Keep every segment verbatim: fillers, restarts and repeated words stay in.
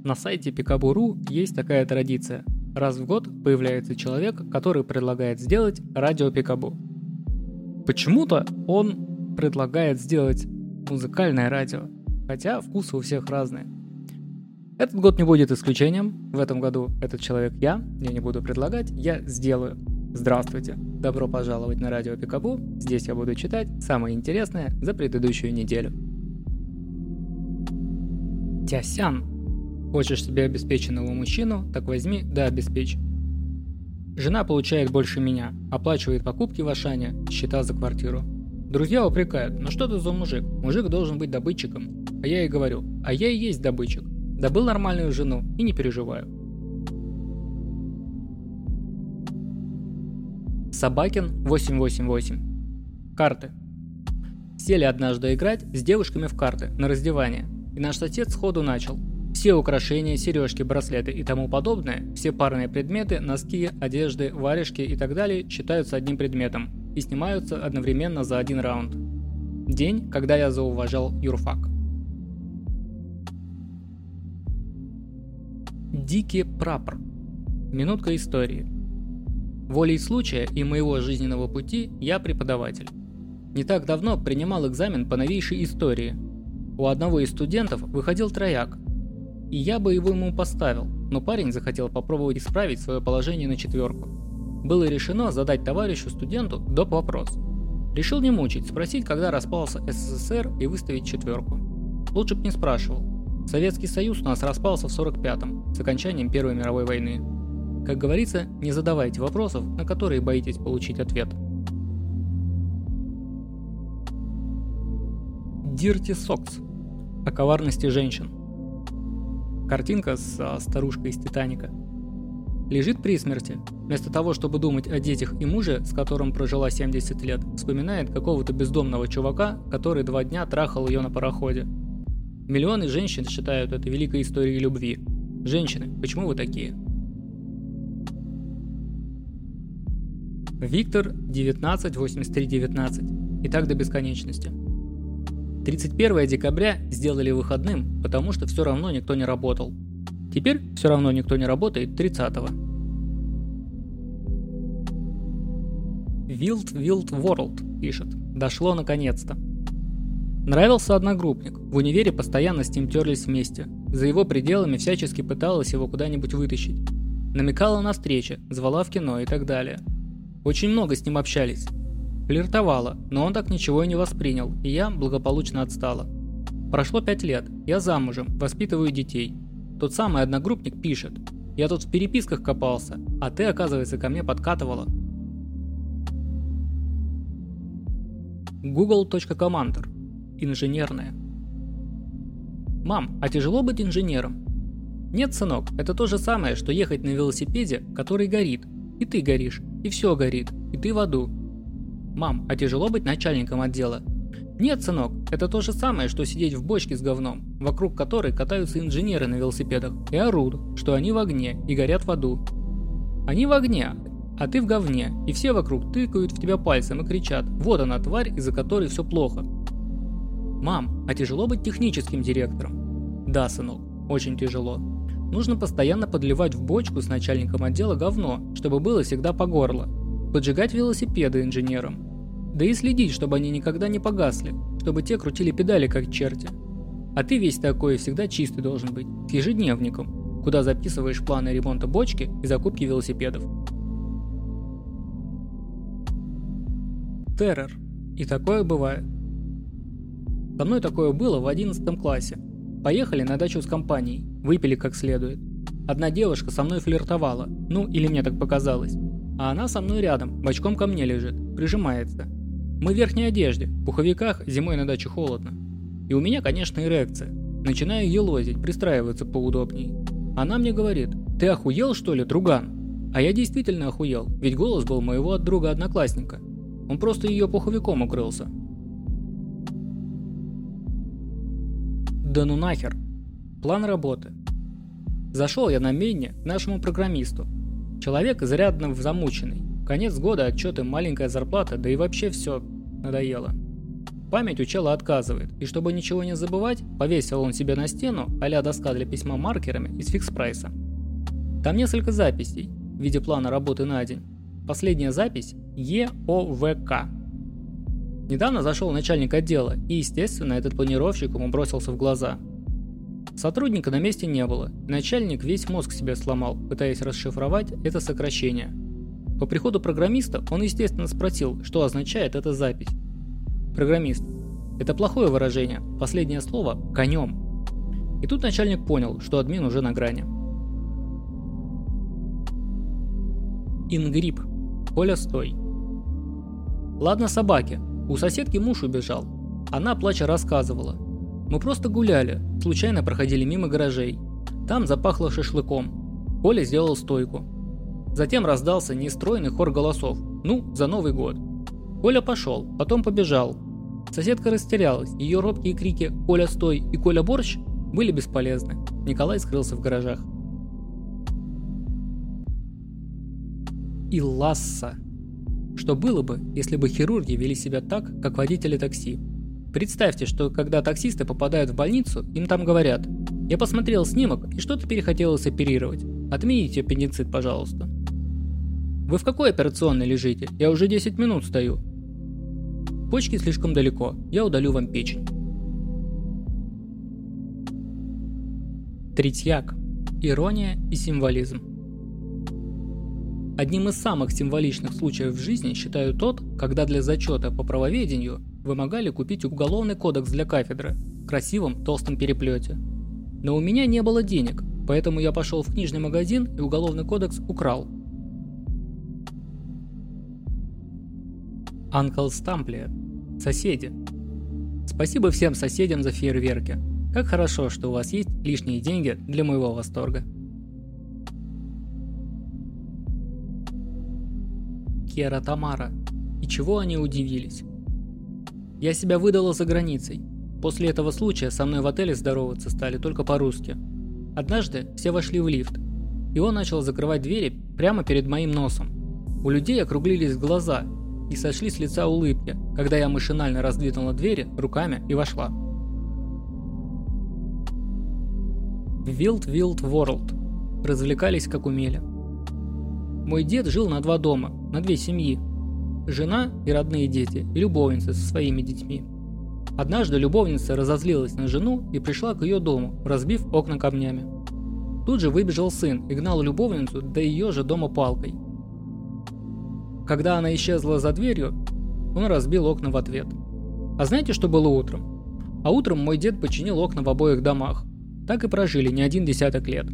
На сайте Пикабу точка ру есть такая традиция. Раз в год появляется человек, который предлагает сделать радио Пикабу. Почему-то он предлагает сделать музыкальное радио, хотя вкусы у всех разные. Этот год не будет исключением. В этом году этот человек я, я не буду предлагать, я сделаю. Здравствуйте, добро пожаловать на радио Пикабу. Здесь я буду читать самое интересное за предыдущую неделю. Тясян. Хочешь себе обеспеченного мужчину, так возьми да обеспечь. Жена получает больше меня, оплачивает покупки в Ашане, счета за квартиру. Друзья упрекают, ну что ты за мужик? Мужик должен быть добытчиком. А я ей говорю, а я и есть добытчик. Добыл нормальную жену и не переживаю. Собакин восемь восемь восемь. Карты. Сели однажды играть с девушками в карты на раздевание, и наш сосед сходу начал. Все украшения, сережки, браслеты и тому подобное, все парные предметы, носки, одежды, варежки и так далее считаются одним предметом и снимаются одновременно за один раунд. День, когда я зауважал юрфак. Дикий прапор. Минутка истории. Волей случая и моего жизненного пути я преподаватель. Не так давно принимал экзамен по новейшей истории. У одного из студентов выходил трояк, и я бы его ему поставил, но парень захотел попробовать исправить свое положение на четверку. Было решено задать товарищу студенту доп. Вопрос. Решил не мучить, спросить, когда распался СССР и выставить четверку. Лучше б не спрашивал. Советский Союз у нас распался в сорок пятом, с окончанием Первой мировой войны. Как говорится, не задавайте вопросов, на которые боитесь получить ответ. Dirty Socks. О коварности женщин. Картинка со старушкой из Титаника. Лежит при смерти. Вместо того, чтобы думать о детях и муже, с которым прожила семьдесят лет, вспоминает какого-то бездомного чувака, который два дня трахал ее на пароходе. Миллионы женщин считают это великой историей любви. Женщины, почему вы такие? Виктор девятнадцать восемьдесят три девятнадцать. И так до бесконечности. тридцать первого декабря сделали выходным, потому что все равно никто не работал. Теперь все равно никто не работает тридцатого. Wild Wild World пишет. Дошло наконец-то. Нравился одногруппник. В универе постоянно с ним терлись вместе. За его пределами всячески пыталась его куда-нибудь вытащить. Намекала на встречи, звала в кино и так далее. Очень много с ним общались. Флиртовала, но он так ничего и не воспринял, и я благополучно отстала. Прошло пять лет, я замужем, воспитываю детей. Тот самый одногруппник пишет: «Я тут в переписках копался, а ты, оказывается, ко мне подкатывала». Google точка Commander. Инженерная. Мам, а тяжело быть инженером? Нет, сынок, это то же самое, что ехать на велосипеде, который горит. И ты горишь, и все горит, и ты в аду. Мам, а тяжело быть начальником отдела? Нет, сынок, это то же самое, что сидеть в бочке с говном, вокруг которой катаются инженеры на велосипедах и орут, что они в огне и горят в аду. Они в огне, а ты в говне, и все вокруг тыкают в тебя пальцем и кричат: вот она, тварь, из-за которой все плохо. Мам, а тяжело быть техническим директором? Да, сынок, очень тяжело. Нужно постоянно подливать в бочку с начальником отдела говно, чтобы было всегда по горло. Поджигать велосипеды инженерам. Да и следить, чтобы они никогда не погасли, чтобы те крутили педали как черти. А ты весь такой всегда чистый должен быть, с ежедневником, куда записываешь планы ремонта бочки и закупки велосипедов. Террор. И такое бывает. Со мной такое было в одиннадцатом классе. Поехали на дачу с компанией, выпили как следует. Одна девушка со мной флиртовала, ну или мне так показалось. А она со мной рядом, бочком ко мне лежит, прижимается. Мы в верхней одежде, в пуховиках, зимой на даче холодно. И у меня, конечно, эрекция. Начинаю елозить, пристраиваться поудобней. Она мне говорит: «Ты охуел, что ли, друган?» А я действительно охуел, ведь голос был моего от друга-одноклассника. Он просто ее пуховиком укрылся. Да ну нахер. План работы. Зашел я на Менне к нашему программисту. Человек изрядно замученный. Конец года, отчеты, маленькая зарплата, да и вообще все надоело. Память у чела отказывает, и чтобы ничего не забывать, повесил он себе на стену а-ля доска для письма маркерами из фикс-прайса. Там несколько записей в виде плана работы на день. Последняя запись – Е О В К. Недавно зашел начальник отдела, и, естественно, этот планировщик ему бросился в глаза. Сотрудника на месте не было, и начальник весь мозг себе сломал, пытаясь расшифровать это сокращение. По приходу программиста он, естественно, спросил, что означает эта запись. Программист: это плохое выражение, последнее слово – конем. И тут начальник понял, что админ уже на грани. Ингрип. Коля, стой. Ладно собаки, у соседки муж убежал. Она, плача, рассказывала. Мы просто гуляли, случайно проходили мимо гаражей. Там запахло шашлыком. Коля сделал стойку. Затем раздался нестройный хор голосов. Ну, за Новый год. Коля пошел, потом побежал. Соседка растерялась, ее робкие крики «Коля, стой!» и «Коля, борщ!» были бесполезны. Николай скрылся в гаражах. И Ласса. Что было бы, если бы хирурги вели себя так, как водители такси? Представьте, что когда таксисты попадают в больницу, им там говорят: «Я посмотрел снимок, и что-то перехотелось оперировать. Отмените аппендицит, пожалуйста». «Вы в какой операционной лежите? Я уже десять минут стою». «Почки слишком далеко, я удалю вам печень». Третьяк. Ирония и символизм. Одним из самых символичных случаев в жизни считаю тот, когда для зачета по правоведению вымогали купить уголовный кодекс для кафедры в красивом толстом переплете. Но у меня не было денег, поэтому я пошел в книжный магазин и уголовный кодекс украл. Uncle Stamplier. Соседи. Спасибо всем соседям за фейерверки. Как хорошо, что у вас есть лишние деньги для моего восторга. Кера Тамара. И чего они удивились? Я себя выдала за границей. После этого случая со мной в отеле здороваться стали только по-русски. Однажды все вошли в лифт, и он начал закрывать двери прямо перед моим носом. У людей округлились глаза и сошли с лица улыбки, когда я машинально раздвинула двери руками и вошла. В Wild Wild World развлекались как умели. Мой дед жил на два дома, на две семьи. Жена и родные дети, и любовница со своими детьми. Однажды любовница разозлилась на жену и пришла к ее дому, разбив окна камнями. Тут же выбежал сын и гнал любовницу до ее же дома палкой. Когда она исчезла за дверью, он разбил окна в ответ. А знаете, что было утром? А утром мой дед починил окна в обоих домах. Так и прожили не один десяток лет.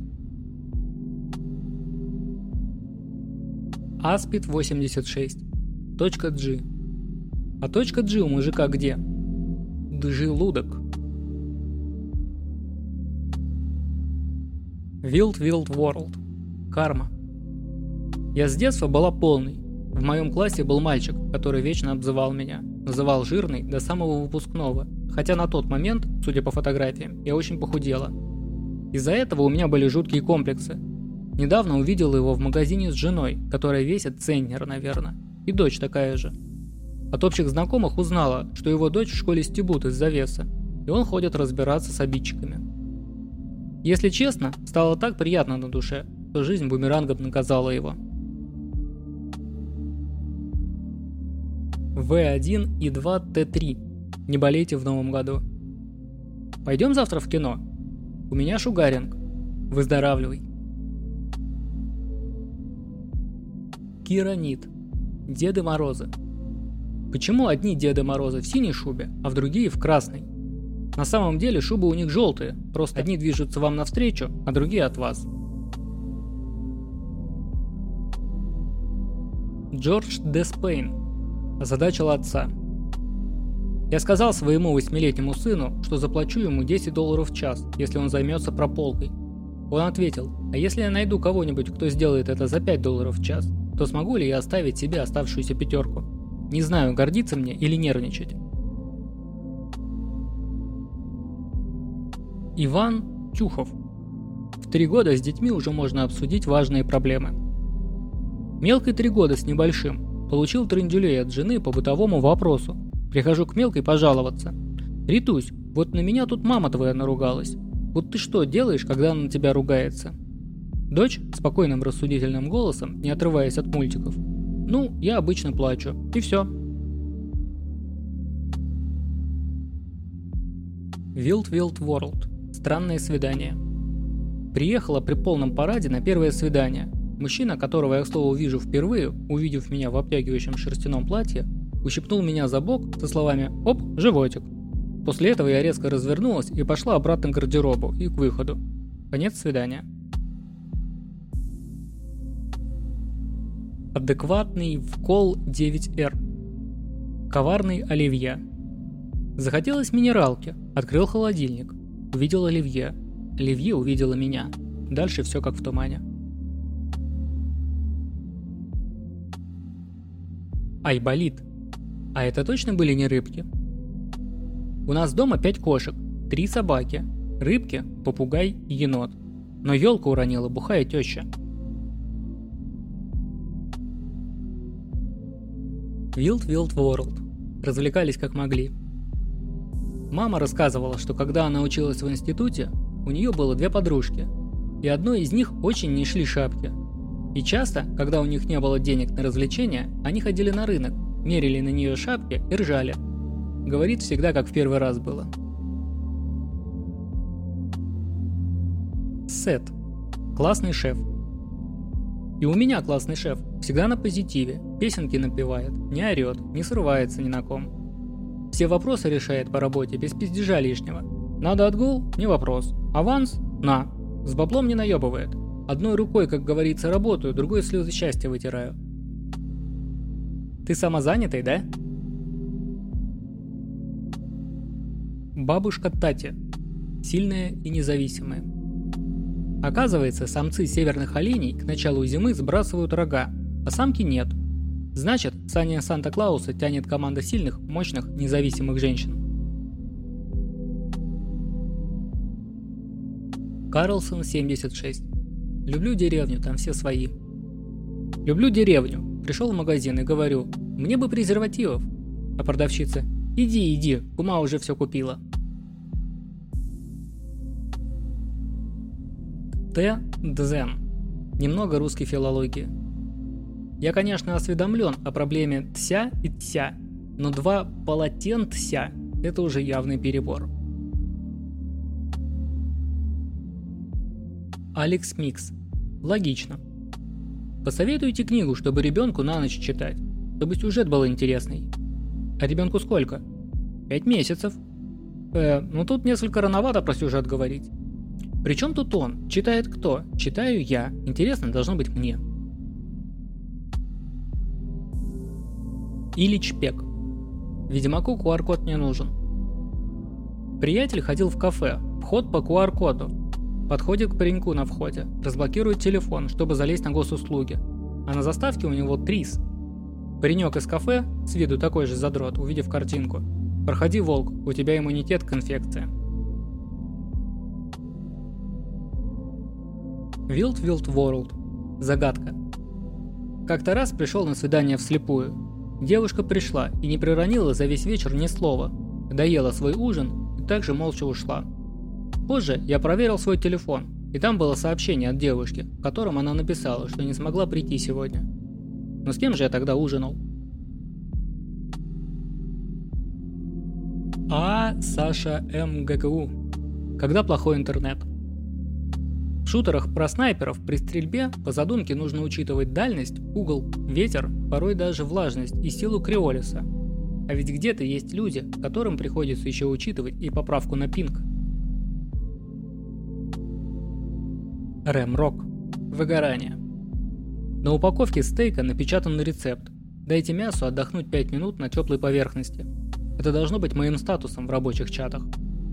Аспид восемьдесят шесть. Точка G. А точка G у мужика где? Джи-лудок. Wild Wild World. Карма. Я с детства была полной. В моем классе был мальчик, который вечно обзывал меня. Называл жирной до самого выпускного. Хотя на тот момент, судя по фотографиям, я очень похудела. Из-за этого у меня были жуткие комплексы. Недавно увидела его в магазине с женой, которая весит центнер, наверное. И дочь такая же. От общих знакомых узнала, что его дочь в школе стебут из-за веса, и он ходит разбираться с обидчиками. Если честно, стало так приятно на душе, что жизнь бумерангом наказала его. вэ один и два тэ три. Не болейте в новом году. Пойдем завтра в кино? У меня шугаринг. Выздоравливай. Кира Нит. Деды Морозы. Почему одни Деды Морозы в синей шубе, а в другие в красной? На самом деле шубы у них желтые, просто одни движутся вам навстречу, а другие от вас. Джордж Деспейн. Озадачил отца. Я сказал своему восьмилетнему сыну, что заплачу ему десять долларов в час, если он займется прополкой. Он ответил: а если я найду кого-нибудь, кто сделает это за пять долларов в час, то смогу ли я оставить себе оставшуюся пятерку? Не знаю, гордиться мне или нервничать. Иван Тюхов. В три года с детьми уже можно обсудить важные проблемы. Мелкий три года с небольшим получил трындюлей от жены по бытовому вопросу. Прихожу к мелкой пожаловаться. «Ритусь, вот на меня тут мама твоя наругалась. Вот ты что делаешь, когда она на тебя ругается?» Дочь спокойным рассудительным голосом, не отрываясь от мультиков. «Ну, я обычно плачу. И все». Wild Wild World. Странное свидание. Приехала при полном параде на первое свидание. Мужчина, которого я, к слову, вижу впервые, увидев меня в обтягивающем шерстяном платье, ущипнул меня за бок со словами «Оп, животик». После этого я резко развернулась и пошла обратно к гардеробу и к выходу. Конец свидания. Адекватный вкол девять эр. Коварный оливье. Захотелось минералки. Открыл холодильник. Увидел оливье. Оливье увидела меня. Дальше все как в тумане. Айболит. А это точно были не рыбки? У нас дома пять кошек, три собаки, рыбки, попугай и енот. Но елку уронила бухая теща. Wild Wild World. Развлекались как могли. Мама рассказывала, что когда она училась в институте, у нее было две подружки, и одной из них очень не шли шапки. И часто, когда у них не было денег на развлечения, они ходили на рынок, мерили на нее шапки и ржали. Говорит, всегда как в первый раз было. Сет. Классный шеф. И у меня классный шеф. Всегда на позитиве, песенки напевает, не орет, не срывается ни на ком. Все вопросы решает по работе без пиздежа лишнего. Надо отгул? Не вопрос. Аванс? На. С баблом не наебывает. Одной рукой, как говорится, работаю, другой слезы счастья вытираю. Ты самозанятый, да? Бабушка Тати. Сильная и независимая. Оказывается, самцы северных оленей к началу зимы сбрасывают рога, а самки нет. Значит, в сани Санта-Клауса тянет команда сильных, мощных, независимых женщин. Карлсон семьдесят шесть. Люблю деревню, там все свои. Люблю деревню. Пришел в магазин и говорю, мне бы презервативов. А продавщица, иди, иди, кума уже все купила. Т. Дзен. Немного русской филологии. Я, конечно, осведомлен о проблеме тся и тся, но два полотенца – это уже явный перебор. Алекс Микс. Логично. Посоветуйте книгу, чтобы ребенку на ночь читать, чтобы сюжет был интересный. А ребенку сколько? Пять месяцев. Э, ну тут несколько рановато про сюжет говорить. Причем тут он? Читает кто? Читаю я. Интересно должно быть мне. Ильич Пек. Ведьмаку ку ар-код не нужен. Приятель ходил в кафе. Вход по ку ар-коду. Подходит к пареньку на входе. Разблокирует телефон, чтобы залезть на госуслуги. А на заставке у него ТРИС. Паренек из кафе, с виду такой же задрот, увидев картинку. Проходи, волк, у тебя иммунитет к инфекции. Wild Wild World. Загадка. Как-то раз пришел на свидание вслепую. Девушка пришла и не проронила за весь вечер ни слова. Доела свой ужин и также молча ушла. Позже я проверил свой телефон, и там было сообщение от девушки, в котором она написала, что не смогла прийти сегодня. Но с кем же я тогда ужинал? А. Саша М. гэ ка у. Когда плохой интернет? В шутерах про снайперов при стрельбе по задумке нужно учитывать дальность, угол, ветер, порой даже влажность и силу криолиса. А ведь где-то есть люди, которым приходится еще учитывать и поправку на пинг. Рэм-рок. Выгорание. На упаковке стейка напечатан рецепт. Дайте мясу отдохнуть пять минут на теплой поверхности. Это должно быть моим статусом в рабочих чатах.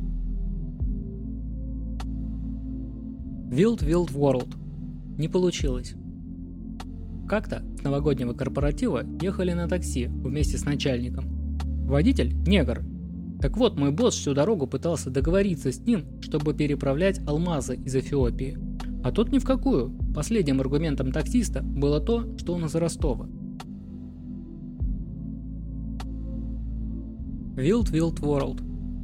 Wild Wild World. Не получилось. Как-то с новогоднего корпоратива ехали на такси вместе с начальником. Водитель – негр. Так вот, мой босс всю дорогу пытался договориться с ним, чтобы переправлять алмазы из Эфиопии. А тот ни в какую. Последним аргументом таксиста было то, что он из Ростова. Wild Wild World.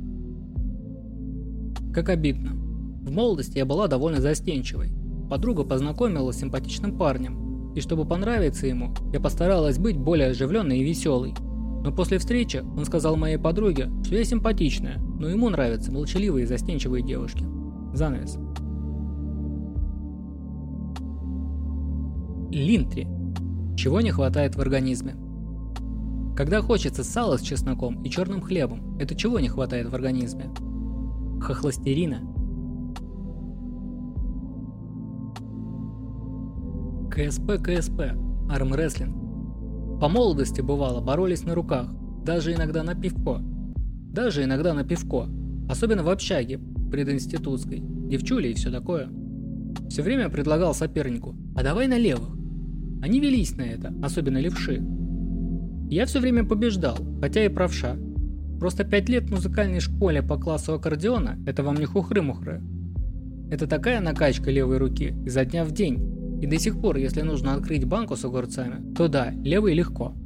Как обидно. В молодости я была довольно застенчивой. Подруга познакомила с симпатичным парнем, и чтобы понравиться ему, я постаралась быть более оживленной и веселой. Но после встречи он сказал моей подруге, что я симпатичная, но ему нравятся молчаливые и застенчивые девушки. Занавес. Линтри. Чего не хватает в организме? Когда хочется сала с чесноком и черным хлебом, это чего не хватает в организме? Хохлостерина. КСП КСП. Армрестлинг. По молодости, бывало, боролись на руках, даже иногда на пивко. Даже иногда на пивко. Особенно в общаге, прединститутской, девчули и все такое. Все время предлагал сопернику: а давай на левых. Они велись на это, особенно левши. Я все время побеждал, хотя и правша. Просто пять лет в музыкальной школе по классу аккордеона – это вам не хухры-мухры. Это такая накачка левой руки изо дня в день. И до сих пор, если нужно открыть банку с огурцами, то да, левый легко.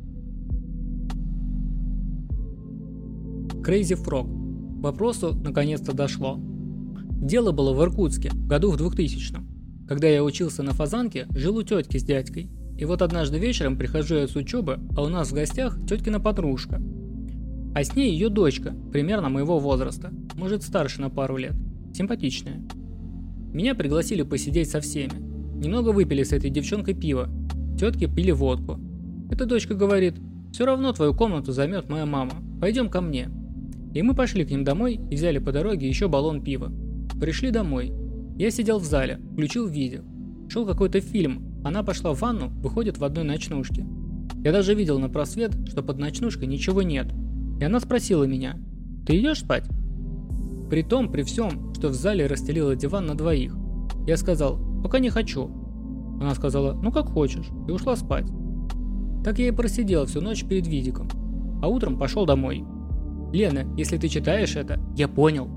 Crazy Frog. К вопросу наконец-то дошло. Дело было в Иркутске, году в двухтысячном. Когда я учился на Фазанке, жил у тетки с дядькой. И вот однажды вечером прихожу я с учебы, а у нас в гостях теткина подружка. А с ней ее дочка, примерно моего возраста, может старше на пару лет, симпатичная. Меня пригласили посидеть со всеми. Немного выпили с этой девчонкой пиво, тетки пили водку. Эта дочка говорит: все равно твою комнату займет моя мама, пойдем ко мне. И мы пошли к ним домой и взяли по дороге еще баллон пива. Пришли домой. Я сидел в зале, включил видео. Шел какой-то фильм, она пошла в ванну, выходит в одной ночнушке. Я даже видел на просвет, что под ночнушкой ничего нет. И она спросила меня: ты идешь спать? При том, при всем, что в зале расстелила диван на двоих. Я сказал: пока не хочу. Она сказала: ну как хочешь, и ушла спать. Так я и просидел всю ночь перед видиком. А утром пошел домой. Лена, если ты читаешь это, я понял.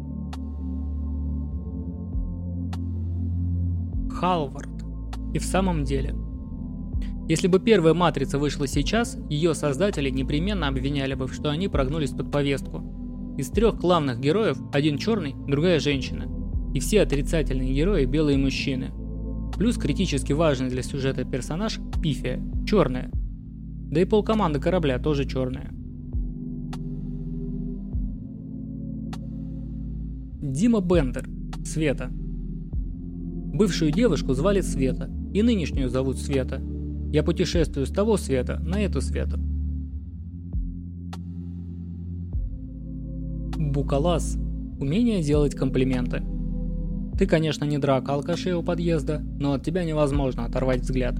Халвард. И в самом деле. Если бы первая матрица вышла сейчас, ее создатели непременно обвиняли бы, что они прогнулись под повестку. Из трех главных героев один черный, другая женщина. И все отрицательные герои белые мужчины. Плюс критически важный для сюжета персонаж Пифия, черная. Да и полкоманды корабля тоже черная. Дима Бендер. Света. Бывшую девушку звали Света, и нынешнюю зовут Света. Я путешествую с того света на эту свету. Букалас. Умение делать комплименты. Ты, конечно, не драка алкашей у подъезда, но от тебя невозможно оторвать взгляд.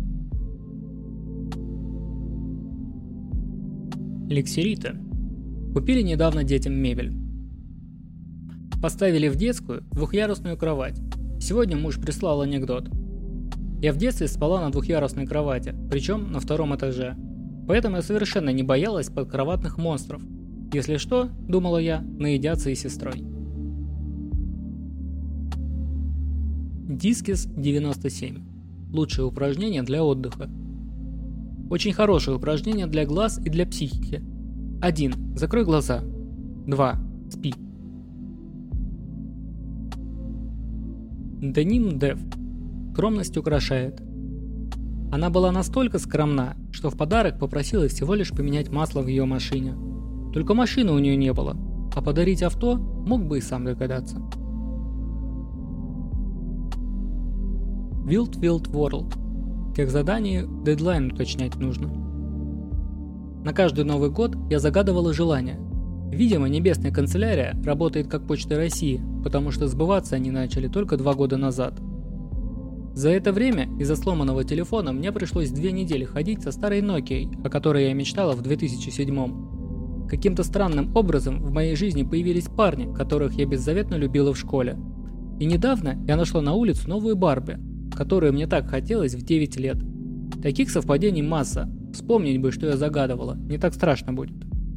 Лексерита. Купили недавно детям мебель. Поставили в детскую двухъярусную кровать. Сегодня муж прислал анекдот. Я в детстве спала на двухъярусной кровати, причем на втором этаже. Поэтому я совершенно не боялась подкроватных монстров. Если что, думала я, наедятся и сестрой. Дискис девяносто семь. Лучшее упражнение для отдыха. Очень хорошее упражнение для глаз и для психики. один. Закрой глаза. два. Спи. Деним Дев. Скромность украшает. Она была настолько скромна, что в подарок попросила всего лишь поменять масло в ее машине. Только машины у нее не было, а подарить авто мог бы и сам догадаться. Wild Wild World. Как задание, дедлайн уточнять нужно. На каждый Новый год я загадывала желания. Видимо, Небесная канцелярия работает как Почта России, потому что сбываться они начали только два года назад. За это время из-за сломанного телефона мне пришлось две недели ходить со старой Nokia, о которой я мечтала в две тысячи седьмом. Каким-то странным образом в моей жизни появились парни, которых я беззаветно любила в школе. И недавно я нашла на улице новую Барби, которую мне так хотелось в девять лет. Таких совпадений масса. Вспомнить бы, что я загадывала, не так страшно будет.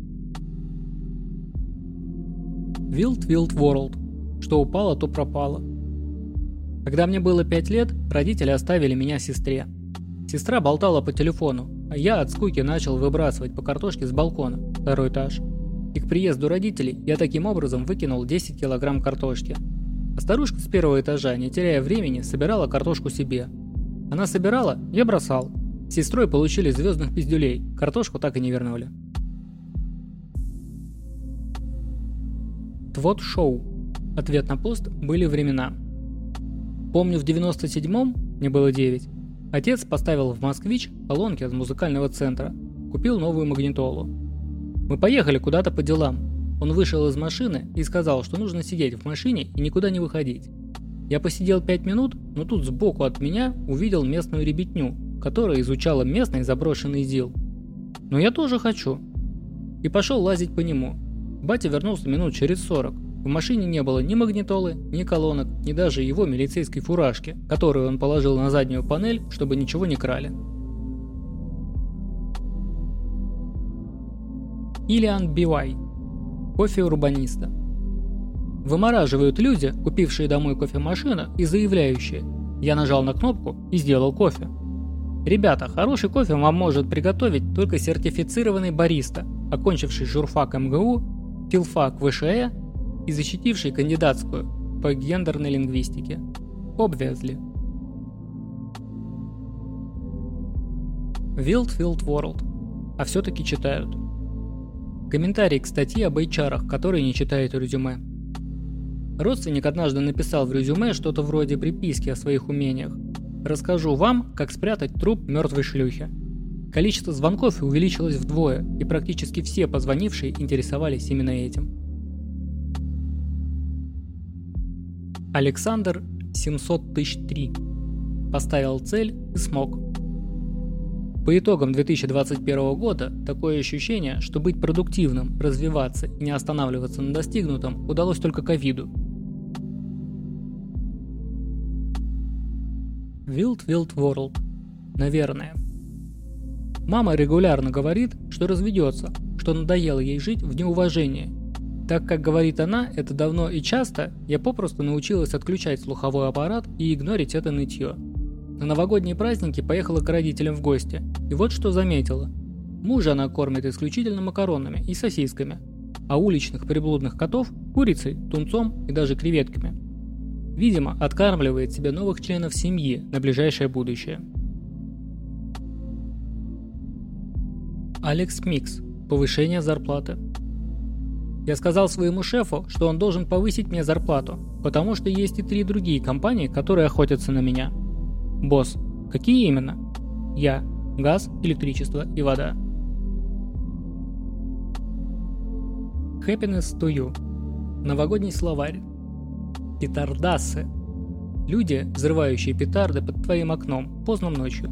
Wild Wild World. Что упало, то пропало. Когда мне было пять лет, родители оставили меня сестре. Сестра болтала по телефону, а я от скуки начал выбрасывать по картошке с балкона, второй этаж. и к приезду родителей я таким образом выкинул десять килограмм картошки. А старушка с первого этажа, не теряя времени, собирала картошку себе. Она собирала, я бросал. С сестрой получили звездных пиздюлей, картошку так и не вернули. Твот шоу. Ответ на пост «Были времена». Помню, в девяносто седьмом, мне было девять, отец поставил в «Москвич» колонки от музыкального центра, купил новую магнитолу. Мы поехали куда-то по делам. Он вышел из машины и сказал, что нужно сидеть в машине и никуда не выходить. Я посидел пять минут, но тут сбоку от меня увидел местную ребятню, которая изучала местный заброшенный ЗИЛ. Но я тоже хочу. И пошел лазить по нему. Батя вернулся минут через сорок. В машине не было ни магнитолы, ни колонок, ни даже его милицейской фуражки, которую он положил на заднюю панель, чтобы ничего не крали. Ильян Бивай. Кофе урбаниста. Вымораживают люди, купившие домой кофемашину и заявляющие: «Я нажал на кнопку и сделал кофе». Ребята, хороший кофе вам может приготовить только сертифицированный бариста, окончивший журфак эм гэ у, филфак вэ ша э и защитивший кандидатскую по гендерной лингвистике. Obviously. Wildfield World. А все-таки читают. Комментарий к статье об эйч ар-ах, которые не читают резюме. Родственник однажды написал в резюме что-то вроде приписки о своих умениях. «Расскажу вам, как спрятать труп мертвой шлюхи». Количество звонков увеличилось вдвое, и практически все позвонившие интересовались именно этим. Александр семьсот тысяч три. Поставил цель и смог. По итогам две тысячи двадцать первого года такое ощущение, что быть продуктивным, развиваться и не останавливаться на достигнутом удалось только ковиду. Wild Wild World. Наверное. Мама регулярно говорит, что разведется, что надоело ей жить в неуважении. Так как говорит она это давно и часто, я попросту научилась отключать слуховой аппарат и игнорить это нытье. На новогодние праздники поехала к родителям в гости, и вот что заметила. Мужа она кормит исключительно макаронами и сосисками, а уличных приблудных котов – курицей, тунцом и даже креветками. Видимо, откармливает себе новых членов семьи на ближайшее будущее. Алекс Микс. Повышение зарплаты. Я сказал своему шефу, что он должен повысить мне зарплату, потому что есть и три другие компании, которые охотятся на меня. Босс. Какие именно? Я. Газ, электричество и вода. Happiness to you. Новогодний словарь. Петардасы. Люди, взрывающие петарды под твоим окном поздно ночью.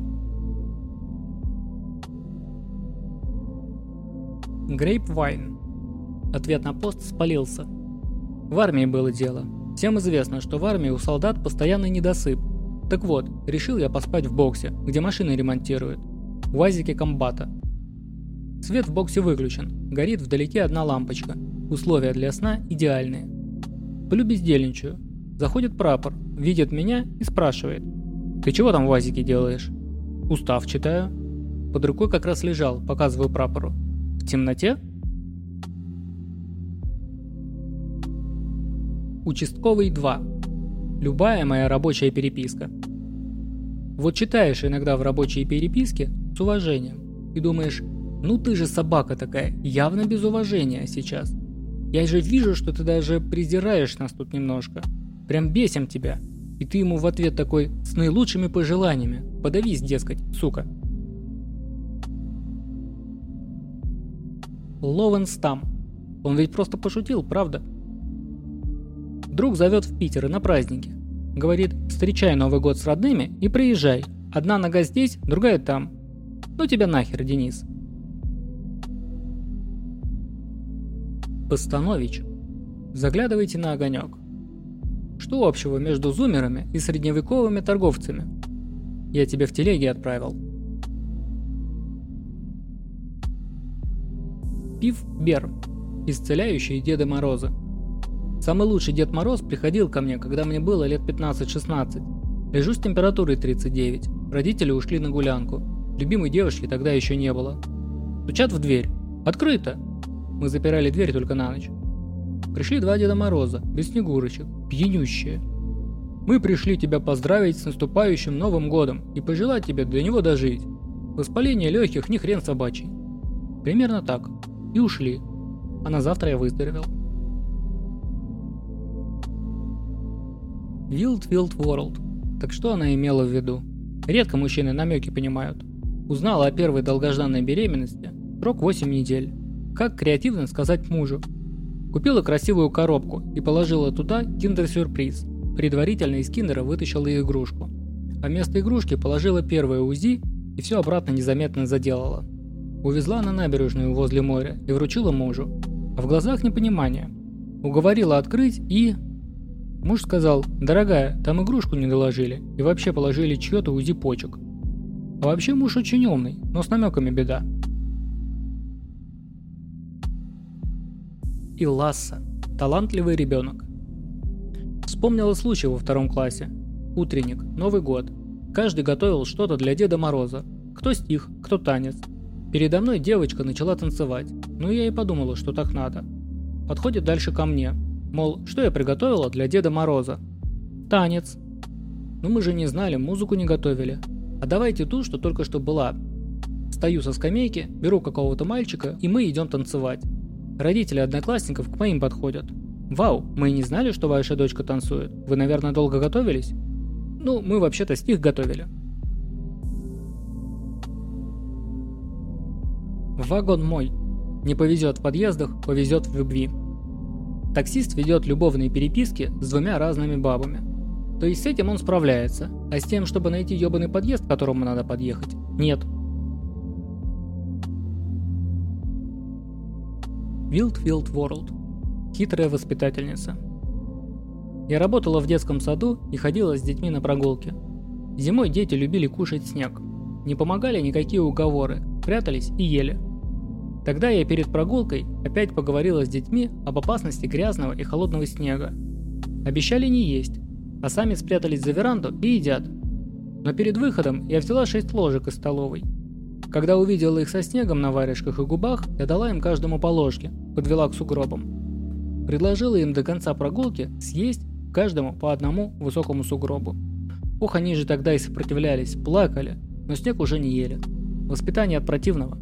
Grapevine. Ответ на пост спалился. В армии было дело. Всем известно, что в армии у солдат постоянный недосып. Так вот, решил я поспать в боксе, где машины ремонтируют. В УАЗике комбата. Свет в боксе выключен, горит вдалеке одна лампочка. Условия для сна идеальные. Полюбездельничаю. Заходит прапор, видит меня и спрашивает: «Ты чего там в УАЗике делаешь?» «Устав читаю». Под рукой как раз лежал, показываю прапору. «В темноте?» Участковый два. Любая моя рабочая переписка. Вот читаешь иногда в рабочие переписки с уважением и думаешь: ну ты же собака такая, явно без уважения сейчас. Я же вижу, что ты даже презираешь нас тут немножко. Прям бесим тебя. И ты ему в ответ такой: с наилучшими пожеланиями. Подавись, дескать, сука. Ловенстам. Он ведь просто пошутил, правда? Друг зовет в Питер на праздники. Говорит: встречай Новый год с родными и приезжай. Одна нога здесь, другая там. Ну тебя нахер, Денис. Постанович. Заглядывайте на огонек. Что общего между зумерами и средневековыми торговцами? Я тебе в телеге отправил. Пив Бер. Исцеляющие Деда Мороза. Самый лучший Дед Мороз приходил ко мне, когда мне было лет пятнадцать-шестнадцать. Лежу с температурой тридцать девять. Родители ушли на гулянку. Любимой девушки тогда еще не было. Стучат в дверь. Открыто. мы запирали дверь только на ночь. Пришли два Деда Мороза, без снегурочек, пьянющие. Мы пришли тебя поздравить с наступающим Новым годом и пожелать тебе до него дожить. Воспаление легких не хрен собачий. Примерно так. И ушли. А на завтра я выздоровел. Wild Wild World. Так что она имела в виду? Редко мужчины намеки понимают. Узнала о первой долгожданной беременности. Срок восемь недель. Как креативно сказать мужу. Купила красивую коробку и положила туда киндер-сюрприз. Предварительно из киндера вытащила игрушку. А вместо игрушки положила первое УЗИ и все обратно незаметно заделала. Увезла на набережную возле моря и вручила мужу. А в глазах непонимание. Уговорила открыть и... Муж сказал: дорогая, там игрушку не доложили и вообще положили чье-то УЗИ почек. А вообще муж очень умный, но с намеками беда. И Ласса. Талантливый ребенок. Вспомнила случай во втором классе. Утренник, Новый год. Каждый готовил что-то для Деда Мороза. Кто стих, кто танец. Передо мной девочка начала танцевать. Ну я и подумала, что так надо. Подходит дальше ко мне. Мол, что я приготовила для Деда Мороза? Танец. Но мы же не знали, музыку не готовили. А давайте ту, что только что была. Стою со скамейки, беру какого-то мальчика, и мы идем танцевать. Родители одноклассников к моим подходят. Вау, мы и не знали, что ваша дочка танцует. Вы, наверное, долго готовились? Ну, мы вообще-то стих готовили. Вагон мой. Не повезет в подъездах, повезет в любви. Таксист ведет любовные переписки с двумя разными бабами. То есть с этим он справляется, а с тем, чтобы найти ебаный подъезд, к которому надо подъехать, нет. Wild Wild World. Хитрая воспитательница. Я работала в детском саду и ходила с детьми на прогулки. Зимой дети любили кушать снег. Не помогали никакие уговоры, прятались и ели. Тогда я перед прогулкой опять поговорила с детьми об опасности грязного и холодного снега. Обещали не есть, а сами спрятались за веранду и едят. Но перед выходом я взяла шесть ложек из столовой. Когда увидела их со снегом на варежках и губах, я дала им каждому по ложке, подвела к сугробам. Предложила им до конца прогулки съесть каждому по одному высокому сугробу. Ох, они же тогда и сопротивлялись, плакали, но снег уже не ели. Воспитание от противного.